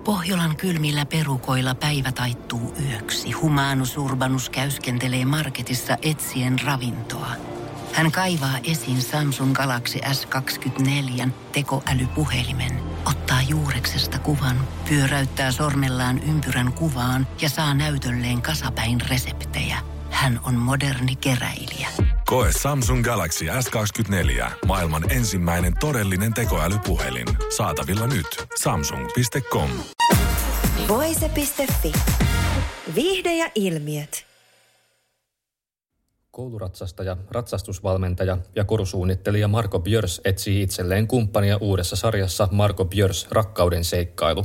Pohjolan kylmillä perukoilla päivä taittuu yöksi. Humanus Urbanus käyskentelee marketissa etsien ravintoa. Hän kaivaa esiin Samsung Galaxy S24 tekoälypuhelimen, ottaa juureksesta kuvan, pyöräyttää sormellaan ympyrän kuvaan ja saa näytölleen kasapäin reseptejä. Hän on moderni keräilijä. Koe Samsung Galaxy S24. Maailman ensimmäinen todellinen tekoälypuhelin. Saatavilla nyt. Samsung.com. Voise.fi. Viihde ja ilmiöt. Kouluratsastaja, ratsastusvalmentaja ja korusuunnittelija Marco Björs etsii itselleen kumppania uudessa sarjassa Marco Björs Rakkauden seikkailu.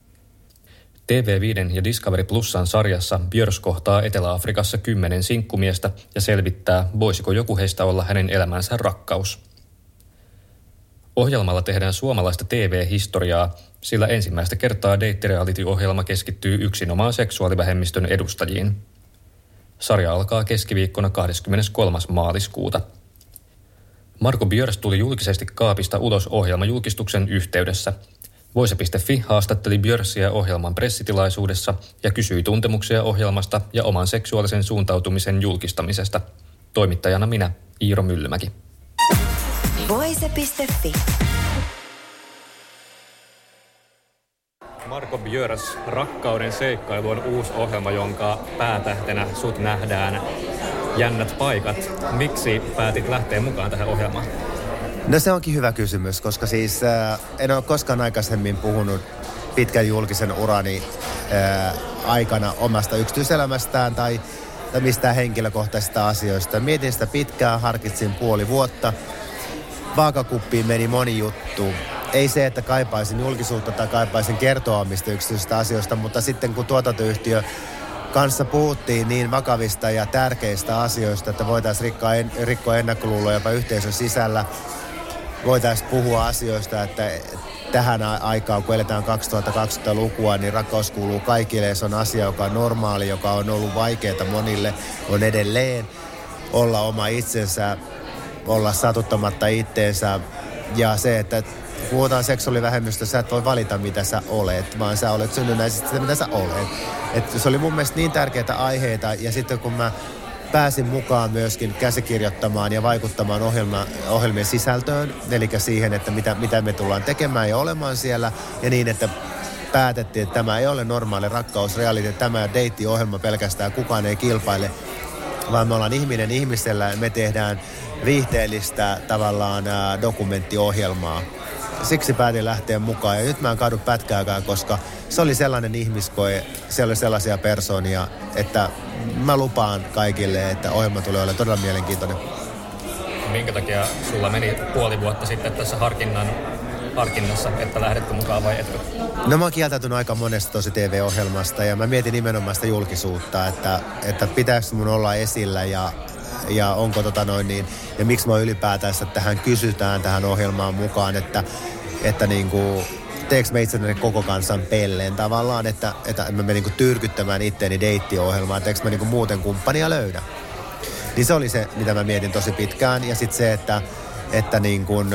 TV5 ja Discovery Plusan sarjassa Björs kohtaa Etelä-Afrikassa 10 sinkkumiestä ja selvittää, voisiko joku heistä olla hänen elämänsä rakkaus. Ohjelmalla tehdään suomalaista TV-historiaa, sillä ensimmäistä kertaa date-reality-ohjelma keskittyy yksinomaan seksuaalivähemmistön edustajiin. Sarja alkaa keskiviikkona 23. maaliskuuta. Marco Björs tuli julkisesti kaapista ulos ohjelmajulkistuksen yhteydessä. Voise.fi haastatteli Björsiä ohjelman pressitilaisuudessa ja kysyi tuntemuksia ohjelmasta ja oman seksuaalisen suuntautumisen julkistamisesta. Toimittajana minä, Iiro Myllymäki. Voise.fi. Marco Björs, Rakkauden seikkailu on uusi ohjelma, jonka päätähtenä sut nähdään jännät paikat. Miksi päätit lähteä mukaan tähän ohjelmaan? No se onkin hyvä kysymys, koska siis en ole koskaan aikaisemmin puhunut pitkän julkisen urani aikana omasta yksityiselämästään tai mistään henkilökohtaisista asioista. Mietin sitä pitkään, harkitsin puoli vuotta. Vaakakuppiin meni moni juttu. Ei se, että kaipaisin julkisuutta tai kaipaisin kertoa mistä yksityisistä asioista, mutta sitten kun tuotantoyhtiö kanssa puhuttiin niin vakavista ja tärkeistä asioista, että voitaisiin rikkoa ennakkoluuloja jopa yhteisön sisällä, voitaisiin puhua asioista, että tähän aikaan, kun eletään 2020-lukua, niin rakkaus kuuluu kaikille ja se on asia, joka on normaali, joka on ollut vaikeaa monille, on edelleen olla oma itsensä, olla satuttamatta itteensä ja se, että puhutaan seksuaalivähemmistöstä, sä et voi valita mitä sä olet, vaan sä olet synnynnäisesti sitä mitä sä olet. Et se oli mun mielestä niin tärkeitä aiheita ja sitten kun mä pääsin mukaan myöskin käsikirjoittamaan ja vaikuttamaan ohjelmien sisältöön, eli siihen, että mitä me tullaan tekemään ja olemaan siellä, ja niin, että päätettiin, että tämä ei ole normaali rakkausreality, tämä date-ohjelma pelkästään, kukaan ei kilpaile, vaan me ollaan ihminen ihmisellä ja me tehdään viihteellistä tavallaan dokumenttiohjelmaa. Siksi päätin lähteä mukaan ja nyt mä en kadu pätkääkään, koska se oli sellainen ihmiskoe, siellä oli sellaisia persoonia, että mä lupaan kaikille, että ohjelma tulee olemaan todella mielenkiintoinen. Minkä takia sulla meni puoli vuotta sitten tässä harkinnassa, että lähdetkö mukaan vai etkö? No mä oon kieltäytynyt aika monesta tosi TV-ohjelmasta ja mä mietin nimenomaan sitä julkisuutta, että pitääkö mun olla esillä ja onko ja miksi mä ylipäätään tähän kysytään tähän ohjelmaan mukaan, että niinku, teekö mä itselleen koko kansan pelleen tavallaan, että mä menen niinku tyrkyttämään itteeni deittiohjelmaan, että eikö mä niinku muuten kumppania löydä. Niin se oli se, mitä mä mietin tosi pitkään ja sitten se, että niinku,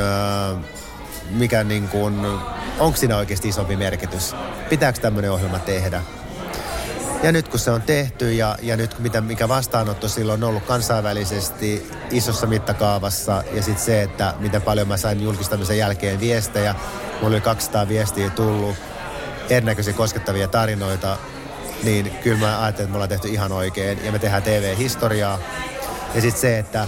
mikä niinku, onko siinä oikeasti isompi merkitys, pitääkö tämmöinen ohjelma tehdä. Ja nyt kun se on tehty ja nyt mikä vastaanotto silloin on ollut kansainvälisesti isossa mittakaavassa ja sitten se, että miten paljon mä sain julkistamisen jälkeen viestejä. Mulla oli 200 viestiä tullut, erinäköisiä koskettavia tarinoita, niin kyllä mä ajattelin, että me ollaan tehty ihan oikein ja me tehdään TV-historiaa. Ja sitten se, että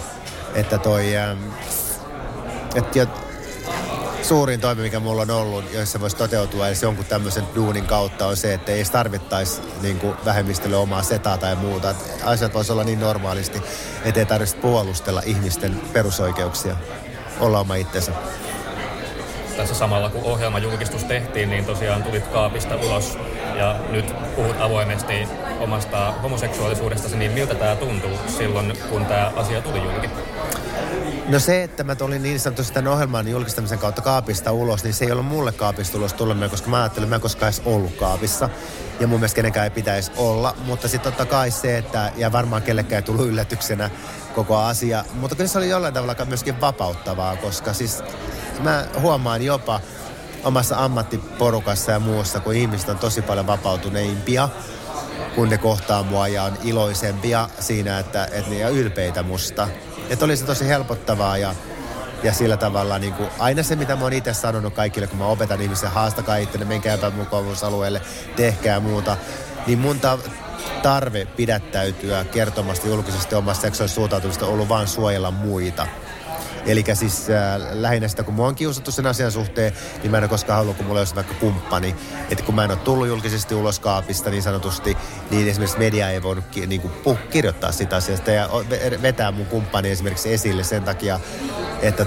suurin toimi, mikä mulla on ollut, jossa voisi toteutua edes jonkun tämmöisen duunin kautta, on se, että ei tarvittaisi niin vähemmistölle omaa setaa tai muuta. Että asiat voisi olla niin normaalisti, ettei tarvitsisi puolustella ihmisten perusoikeuksia, olla oma itsensä. Tässä samalla kun ohjelmajulkistus tehtiin, niin tosiaan tulit kaapista ulos ja nyt puhut avoimesti omasta homoseksuaalisuudestasi, niin miltä tämä tuntuu silloin, kun tämä asia tuli julki? No se, että mä tulin niin sanotusti tämän ohjelman julkistamisen kautta kaapista ulos, niin se ei ollut mulle kaapista ulos tuleminen, koska mä ajattelin, että mä en koskaan edes ollut kaapissa. Ja mun mielestä kenenkään ei pitäisi olla. Mutta sitten totta kai se, että ja varmaan kellekään ei tullut yllätyksenä koko asia. Mutta kyllä se oli jollain tavalla myöskin vapauttavaa, koska siis mä huomaan jopa, omassa ammattiporukassa ja muussa, kun ihmiset on tosi paljon vapautuneimpia, kun ne kohtaa mua ja on iloisempia siinä, että ne on ylpeitä musta. Että oli se tosi helpottavaa ja sillä tavalla niin kuin, aina se, mitä mä oon itse sanonut kaikille, kun mä opetan ihmisiä, haastakaa itse, menkää epämukavuusalueelle, tehkää muuta, niin mun tarve pidättäytyä kertomasta julkisesti omasta seksuaalista suuntautumista on ollut vaan suojella muita. Eli siis lähinnä sitä, kun mua on kiusattu sen asian suhteen, niin mä en ole koskaan halunnut, kun mulla olisi vaikka kumppani. Että kun mä en ole tullut julkisesti ulos kaapista niin sanotusti, niin esimerkiksi media ei voinut kirjoittaa sitä asiasta ja vetää mun kumppani esimerkiksi esille sen takia, että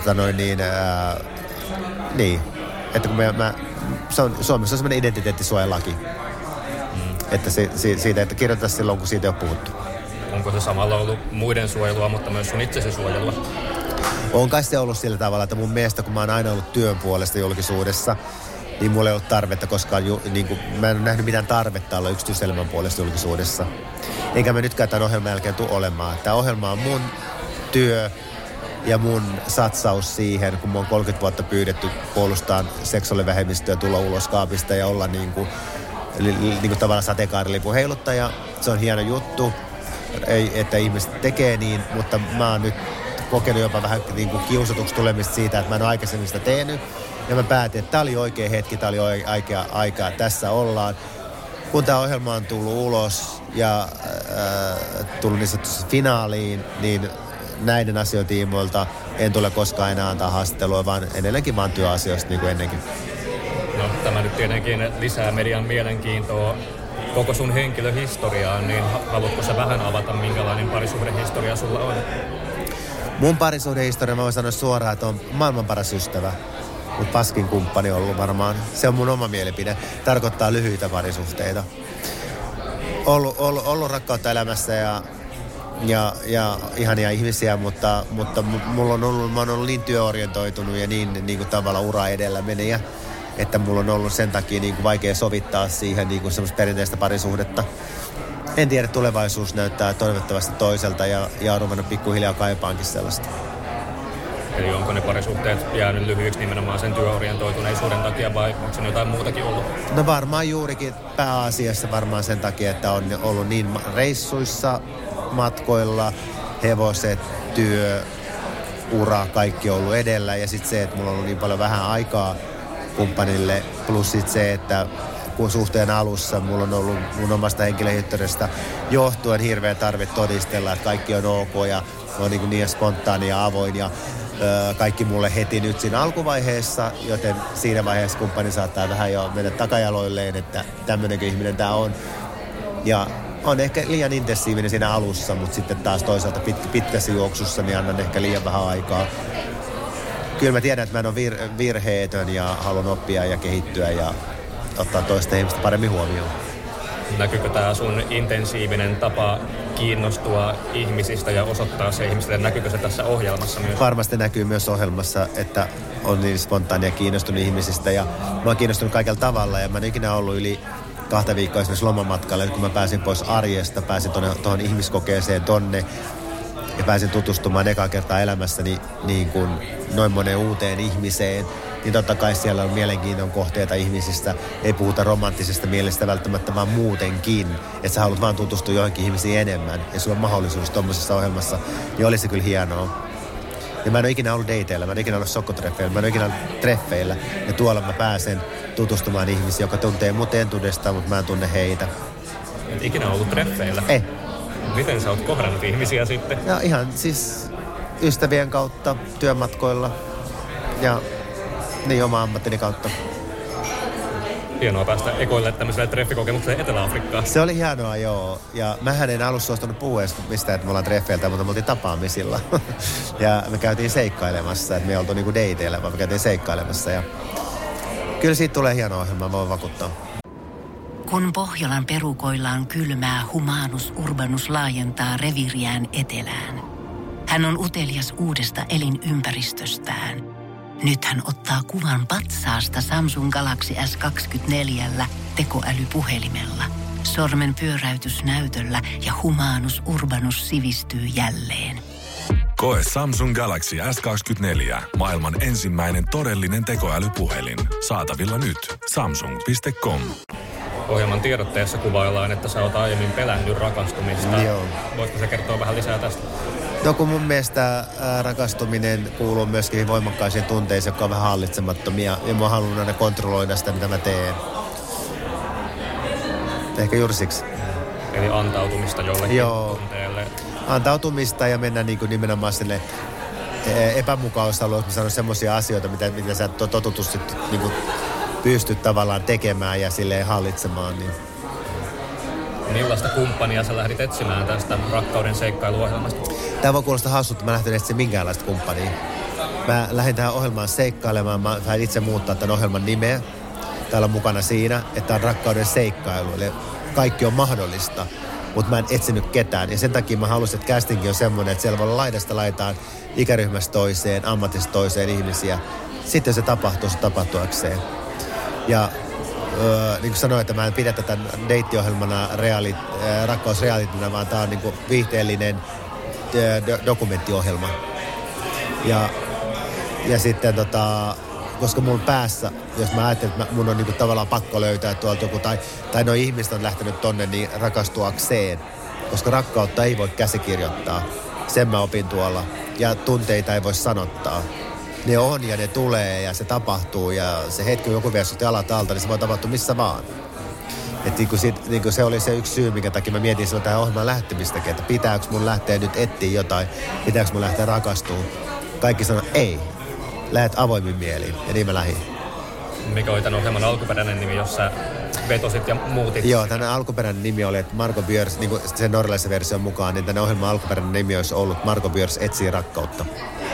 että kun Suomessa on semmoinen identiteettisuojalaki. Että siitä, että kirjoittaa silloin, kun siitä ei ole puhuttu. Onko se samalla ollut muiden suojelua, mutta myös sun itsesi suojelua? On kai se ollut sillä tavalla, että mun mielestä, kun mä oon aina ollut työn puolesta julkisuudessa, niin mulla ei ollut tarvetta koskaan, mä en ole nähnyt mitään tarvetta olla yksityiselämän puolesta julkisuudessa. Enkä mä nytkään tämän ohjelman jälkeen tule olemaan. Tämä ohjelma on mun työ ja mun satsaus siihen, kun mä oon 30 vuotta pyydetty puolustaa seksuaalivähemmistöä, tulla ulos kaapista ja olla niin kuin tavallaan sateenkaarilipun heiluttaja. Se on hieno juttu, että ihmiset tekee niin, mutta mä oon nyt kokenut jopa vähän niin kuin kiusatuksi tulemista siitä, että mä en ole aikaisemmin sitä tehnyt. Ja mä päätin, että tää oli oikea hetki, tää oli oikea aika, tässä ollaan. Kun tää ohjelma on tullut ulos ja tullut niin sanotusti finaaliin, niin näiden asioiden tiimoilta en tule koskaan enää antaa haastattelua, vaan edelleenkin vaan työasioista niin kuin ennenkin. No, tämä nyt tietenkin lisää median mielenkiintoa koko sun henkilöhistoriaan, niin haluatko sä vähän avata, minkälainen parisuhdehistoria sulla on? Mun parisuhdehistoria, mä voin sanoa suoraan, että on maailman paras ystävä. Mutta paskin kumppani on ollut varmaan. Se on mun oma mielipide. Tarkoittaa lyhyitä parisuhteita. Ollut rakkautta elämässä ja ihania ihmisiä, mutta mä oon ollut niin työorientoitunut ja niin kuin tavallaan ura edellä menijä, että mulla on ollut sen takia niin kuin vaikea sovittaa siihen niin kuin semmoista perinteistä parisuhdetta. En tiedä, tulevaisuus näyttää toivottavasti toiselta ja on ruvennut pikkuhiljaa kaipaankin sellaista. Eli onko ne parisuhteet jäänyt lyhyiksi nimenomaan sen työorientoituneisuuden takia vai onko se jotain muutakin ollut? No varmaan juurikin pääasiassa varmaan sen takia, että on ollut niin reissuissa, matkoilla, hevoset, työ, ura, kaikki on ollut edellä. Ja sitten se, että mulla on ollut niin paljon vähän aikaa kumppanille, plus sitten se, että kun suhteen alussa mulla on ollut mun omasta henkilöhistoriasta johtuen hirveä tarve todistella, että kaikki on ok ja on niin spontaani ja avoin ja kaikki mulle heti nyt siinä alkuvaiheessa, joten siinä vaiheessa kumppani saattaa vähän jo mennä takajaloilleen, että tämmöinenkö ihminen tää on. Ja on ehkä liian intensiivinen siinä alussa, mutta sitten taas toisaalta pitkässä juoksussa niin annan ehkä liian vähän aikaa. Kyllä mä tiedän, että mä en ole virheetön ja haluan oppia ja kehittyä ja ottaa toista ihmistä paremmin huomioon. Näkyykö tämä sun intensiivinen tapa kiinnostua ihmisistä ja osoittaa se ihmisille? Näkyykö se tässä ohjelmassa myös? Varmasti näkyy myös ohjelmassa, että on niin spontaania kiinnostunut ihmisistä ja mä oon kiinnostunut kaikella tavalla ja mä en ikinä ollut yli 2 viikkoa esimerkiksi lomamatkalle, kun mä pääsin pois arjesta, pääsin tuohon ihmiskokeeseen tonne ja pääsin tutustumaan ekaa kertaa elämässäni niin kuin noin moneen uuteen ihmiseen. Niin totta kai siellä on mielenkiinnon kohteita ihmisistä. Ei puhuta romanttisesta mielestä välttämättä, vaan muutenkin. Että sä haluat vaan tutustua johonkin ihmisiin enemmän. Ja sulla on mahdollisuus tommosessa ohjelmassa. Niin olisi kyllä hienoa. Ja mä en ole ikinä ollut dateilla, mä en ole ikinä ollut sokkotreffeillä, mä en ole ikinä ollut treffeillä. Ja tuolla mä pääsen tutustumaan ihmisiä, joka tuntee mut entuudestaan, mutta mä en tunne heitä. Et ikinä ollut treffeillä? Ei. Miten sä oot kohdannut ihmisiä sitten? No ihan siis ystävien kautta, työmatkoilla ja niin oma ammattini kautta. Hienoa päästä ekoille tämmöiselle treffikokemukselle Etelä-Afrikkaan. Se oli hienoa, joo. Ja mähän en alussa suostunut puhua mistään, että me ollaan treffeiltä, mutta me oltiin tapaamisilla. Ja me käytiin seikkailemassa, että me ei oltu niinku dateilla, vaan me käytiin seikkailemassa. Ja kyllä siitä tulee hieno ohjelma, voin vakuuttaa. Kun Pohjolan perukoillaan kylmää, Humanus Urbanus laajentaa reviiriään etelään. Hän on utelias uudesta elinympäristöstään. Nyt hän ottaa kuvan patsaasta Samsung Galaxy S24 tekoälypuhelimella. Sormen pyöräytysnäytöllä ja Humanus Urbanus sivistyy jälleen. Koe Samsung Galaxy S24. Maailman ensimmäinen todellinen tekoälypuhelin. Saatavilla nyt. Samsung.com. Ohjelman tiedotteessa kuvaillaan, että sä oot aiemmin pelännyt rakastumista. Joo. Voitko sä kertoa vähän lisää tästä? No kun mun mielestä rakastuminen kuuluu myöskin voimakkaisiin tunteisiin, jotka on vähän hallitsemattomia. Ja mä haluan aina kontrolloida sitä, mitä mä teen. Ehkä juuri siksi. Eli antautumista jollekin tunteelle. Antautumista ja mennä niin kuin nimenomaan sinne epämukausalueelle, mä sanon semmoisia asioita, mitä sä totutusti niin kuin pystyt tavallaan tekemään ja silleen hallitsemaan. Niin. Millaista kumppania sä lähdit etsimään tästä rakkauden seikkailuohjelmasta? Tämä voi kuulostaa hassulta, että mä lähdin etsimään minkäänlaista kumppania. Mä lähdin tähän ohjelmaan seikkailemaan, mä sain itse muuttaa tämän ohjelman nimeä. Täällä on mukana siinä, että on rakkauden seikkailu, eli kaikki on mahdollista. Mutta mä en etsinyt ketään. Ja sen takia mä halusin, että castingin on semmoinen, että siellä voi olla laidasta laitaan ikäryhmästä toiseen, ammatista toiseen ihmisiä. Sitten se tapahtuakseen. Ja niin kuin sanoin, että mä en pidä tätä deittiohjelmana rakkausrealitina, vaan tää on niin kuin viihteellinen dokumenttiohjelma. Ja sitten koska mun päässä, jos mä ajattelen, että mun on niinku tavallaan pakko löytää tuolta joku, tai noi ihmiset on lähtenyt tonne niin rakastuakseen, koska rakkautta ei voi käsikirjoittaa. Sen mä opin tuolla. Ja tunteita ei voi sanottaa. Ne on ja ne tulee ja se tapahtuu ja se hetki, kun joku vie sut jalat alta, niin se voi tapahtua missä vaan. Että niinku se oli se yksi syy, minkä takia mä mietin silloin tähän ohjelmaan lähtemistäkin, että pitääkö mun lähteä nyt etsiä jotain, pitääkö mun lähteä rakastumaan. Kaikki sanoo, ei. Lähet avoimin mieliin, ja niin mä lähdin. Mikä oli tämän ohjelman alkuperäinen nimi, jossa vetosit ja muutit? Joo, tämän alkuperäinen nimi oli, että Marco Björs, niin kuin sen norjalaisen version mukaan, niin tämän ohjelman alkuperäinen nimi olisi ollut Marco Björs etsii rakkautta.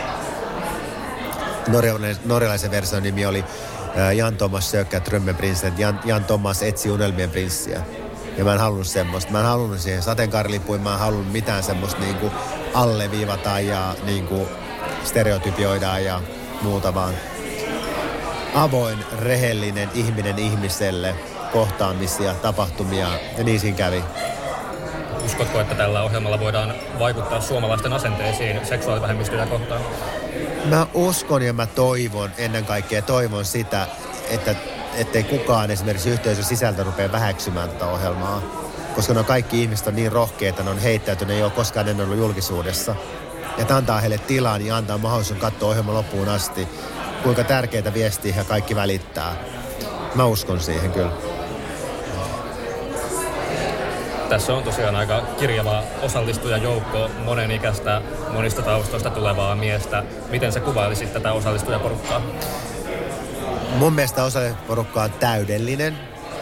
Norjalaisen version nimi oli Jan Thomas sökkää Drömmenprinsen, Jan Thomas etsi unelmien prinssiä. Ja mä en halunnut semmoista. Mä en halunnut siihen sateenkaarilipuin, mä en halunnut mitään semmoista niinku alleviivata ja niinku stereotypioida ja muuta, vaan avoin, rehellinen ihminen ihmiselle, kohtaamisia, tapahtumia, ja niin siinä kävi. Uskotko, että tällä ohjelmalla voidaan vaikuttaa suomalaisten asenteisiin seksuaalivähemmistöjä kohtaan? Mä uskon ja mä toivon, ennen kaikkea toivon sitä, ettei kukaan esimerkiksi yhteisön sisältö rupea väheksymään tätä ohjelmaa. Koska ne kaikki ihmiset on niin rohkeita, ne on heittäytyneet, ne ei ole koskaan ennen ollut julkisuudessa. Ja että antaa heille tilaa, niin antaa mahdollisuuden katsoa ohjelman loppuun asti, kuinka tärkeitä viestiä he kaikki välittää. Mä uskon siihen kyllä. Tässä on tosiaan aika kirjava osallistujajoukko, monenikäistä, monista taustoista tulevaa miestä. Miten sä kuvailisit tätä osallistujaporukkaa? Mun mielestä osallistujaporukka on täydellinen.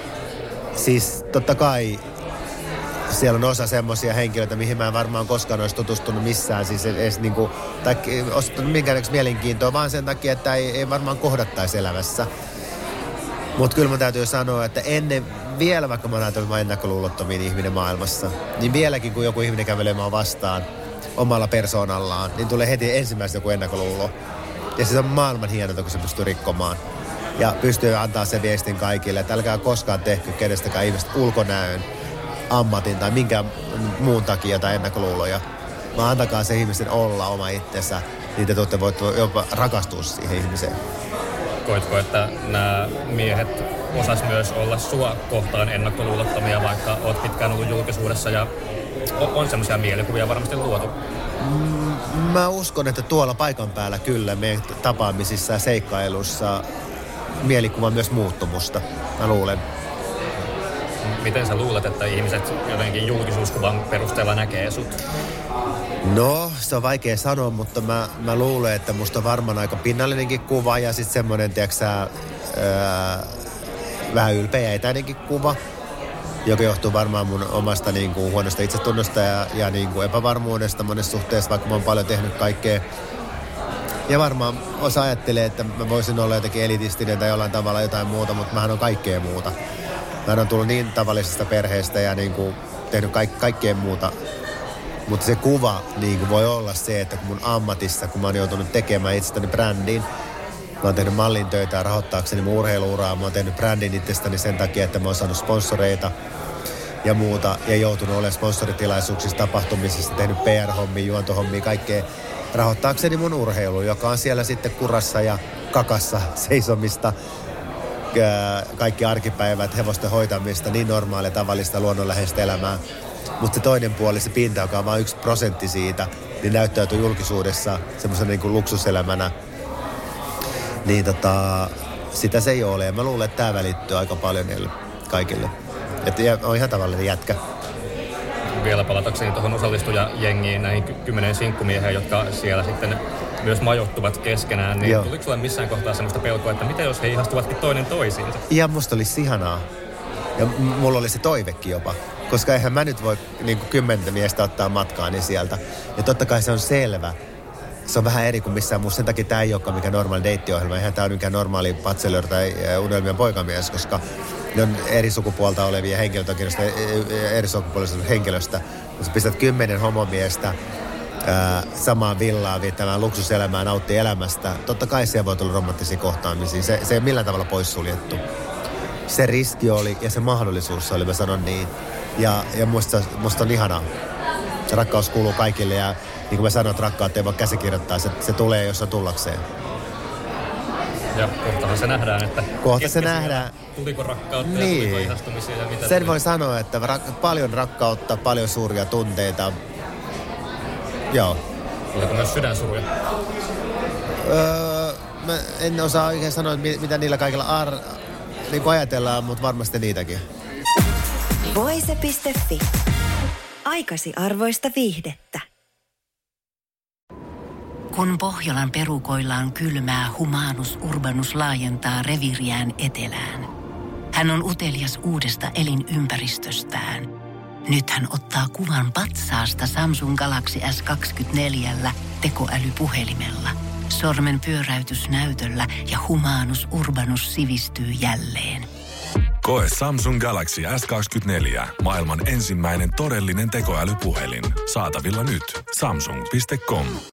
Siis totta kai siellä on osa semmoisia henkilöitä, mihin mä en varmaan koskaan olisi tutustunut missään. Siis edes niinku, tai osoittanut minkäänlaista mielenkiintoa, vaan sen takia, että ei varmaan kohdattaisi elämässä. Mutta kyllä mä täytyy sanoa, että ennen vielä, vaikka mä oon ajatellut, että mä ennakkoluulottomin ihminen maailmassa, niin vieläkin kun joku ihminen kävelee mua vastaan omalla persoonallaan, niin tulee heti ensimmäisenä joku ennakkoluulo. Ja se on maailman hienota, kun se pystyy rikkomaan. Ja pystyy antaa sen viestin kaikille, että älkää koskaan tehkö kenestäkään ihmistä ulkonäön, ammatin tai minkään muun takia tai ennakkoluuloja. Vaan antakaa se ihmisen olla oma itsensä, niin te voitte jopa rakastua siihen ihmiseen. Koitko, että nämä miehet osas myös olla sua kohtaan ennakkoluulottomia, vaikka oot pitkään ollut julkisuudessa ja on semmoisia mielikuvia varmasti luotu? Mä uskon, että tuolla paikan päällä kyllä meidän tapaamisissa ja seikkailussa mielikuva myös muuttumusta, mä luulen. Miten sä luulet, että ihmiset jotenkin julkisuuskuvan perusteella näkee sut? No, se on vaikea sanoa, mutta mä luulen, että musta on varmaan aika pinnallinenkin kuva ja sitten semmoinen, tiiäksä, vähän ylpeä ja etäinenkin kuva, joka johtuu varmaan mun omasta niin kuin, huonosta itsetunnosta ja niin kuin epävarmuudesta monessa suhteessa, vaikka mä oon paljon tehnyt kaikkea. Ja varmaan osa ajattelee, että mä voisin olla jotenkin elitistinen tai jollain tavalla jotain muuta, mutta mähän on kaikkea muuta. Mä oon tullut niin tavallisesta perheestä ja niin kuin, tehnyt kaikkea muuta. Mutta se kuva niin kuin voi olla se, että kun mun ammatissa, kun mä oon joutunut tekemään itsestäni brändin, mä oon tehnyt mallintöitä ja rahoittaakseni mun urheiluuraa, mä oon tehnyt brändin itsestäni sen takia, että mä oon saanut sponsoreita ja muuta, ja joutunut olemaan sponsoritilaisuuksissa, tapahtumisissa, tehnyt PR-hommia, juontohommia, kaikkea. rahoittaakseni mun urheilu, joka on siellä sitten kurassa ja kakassa seisomista. Kaikki arkipäivät, hevosten hoitamista, niin normaalia, tavallista, luonnonläheistä elämää. Mutta se toinen puoli, se pinta, joka on vain 1% siitä, niin näyttäytyy julkisuudessa semmoisena niin kuin luksuselämänä. Niin sitä se ei ole. Ja mä luulen, että tämä välittyy aika paljon niille kaikille. Että on ihan tavallinen jätkä. Vielä palatakseni tuohon osallistujajengiin, näihin 10 sinkkumiehen, jotka siellä sitten myös majoittuvat keskenään, niin tuliko sulle missään kohtaa semmoista pelkoa, että mitä jos he ihastuvatkin toinen toisiinsa? Ja musta olisi ihanaa. Ja mulla oli se toivekin jopa. Koska eihän mä nyt voi niin kuin 10 miestä ottaa matkaani sieltä. Ja totta kai se on selvä. Se on vähän eri kuin missään muussa. Sen takia tämä ei olekaan mikään normaali deittiohjelma. Eihän tämä ole mikään normaali bachelor tai unelmien poikamies, koska ne on eri sukupuolta olevia henkilöitä, eri sukupuolisesta henkilöstä. Kun sä pistät 10 homomiestä samaan villaan viettämään luksuselämää, nauttii elämästä. Totta kai siellä voi tulla romanttisia kohtaamisia. Se ei ole millään tavalla poissuljettu. Se riski oli ja se mahdollisuus oli, mä sanon niin. Ja musta on ihanaa. Rakkaus kuuluu kaikille ja niin kuin mä sanoin, että rakkautta ei voi käsikirjoittaa. Se tulee, jos on tullakseen. Ja kohtahan se nähdään, että... Kohta se nähdään. Tuliko rakkautta niin. Ja tuliko ihastumisia ja mitä... Sen voi sanoa, että paljon rakkautta, paljon suuria tunteita. Joo. Tuliko myös sydänsuruja? Mä en osaa oikein sanoa, mitä niillä kaikilla niin kuin ajatellaan, mutta varmasti niitäkin. Voise.fi. Aikasi arvoista viihdettä. Kun Pohjolan perukoilla on kylmää, Humanus Urbanus laajentaa reviiriään etelään. Hän on utelias uudesta elinympäristöstään. Nyt hän ottaa kuvan patsaasta Samsung Galaxy S24 tekoälypuhelimella. Sormen pyöräytys näytöllä ja Humanus Urbanus sivistyy jälleen. Koe Samsung Galaxy S24. Maailman ensimmäinen todellinen tekoälypuhelin. Saatavilla nyt. Samsung.com.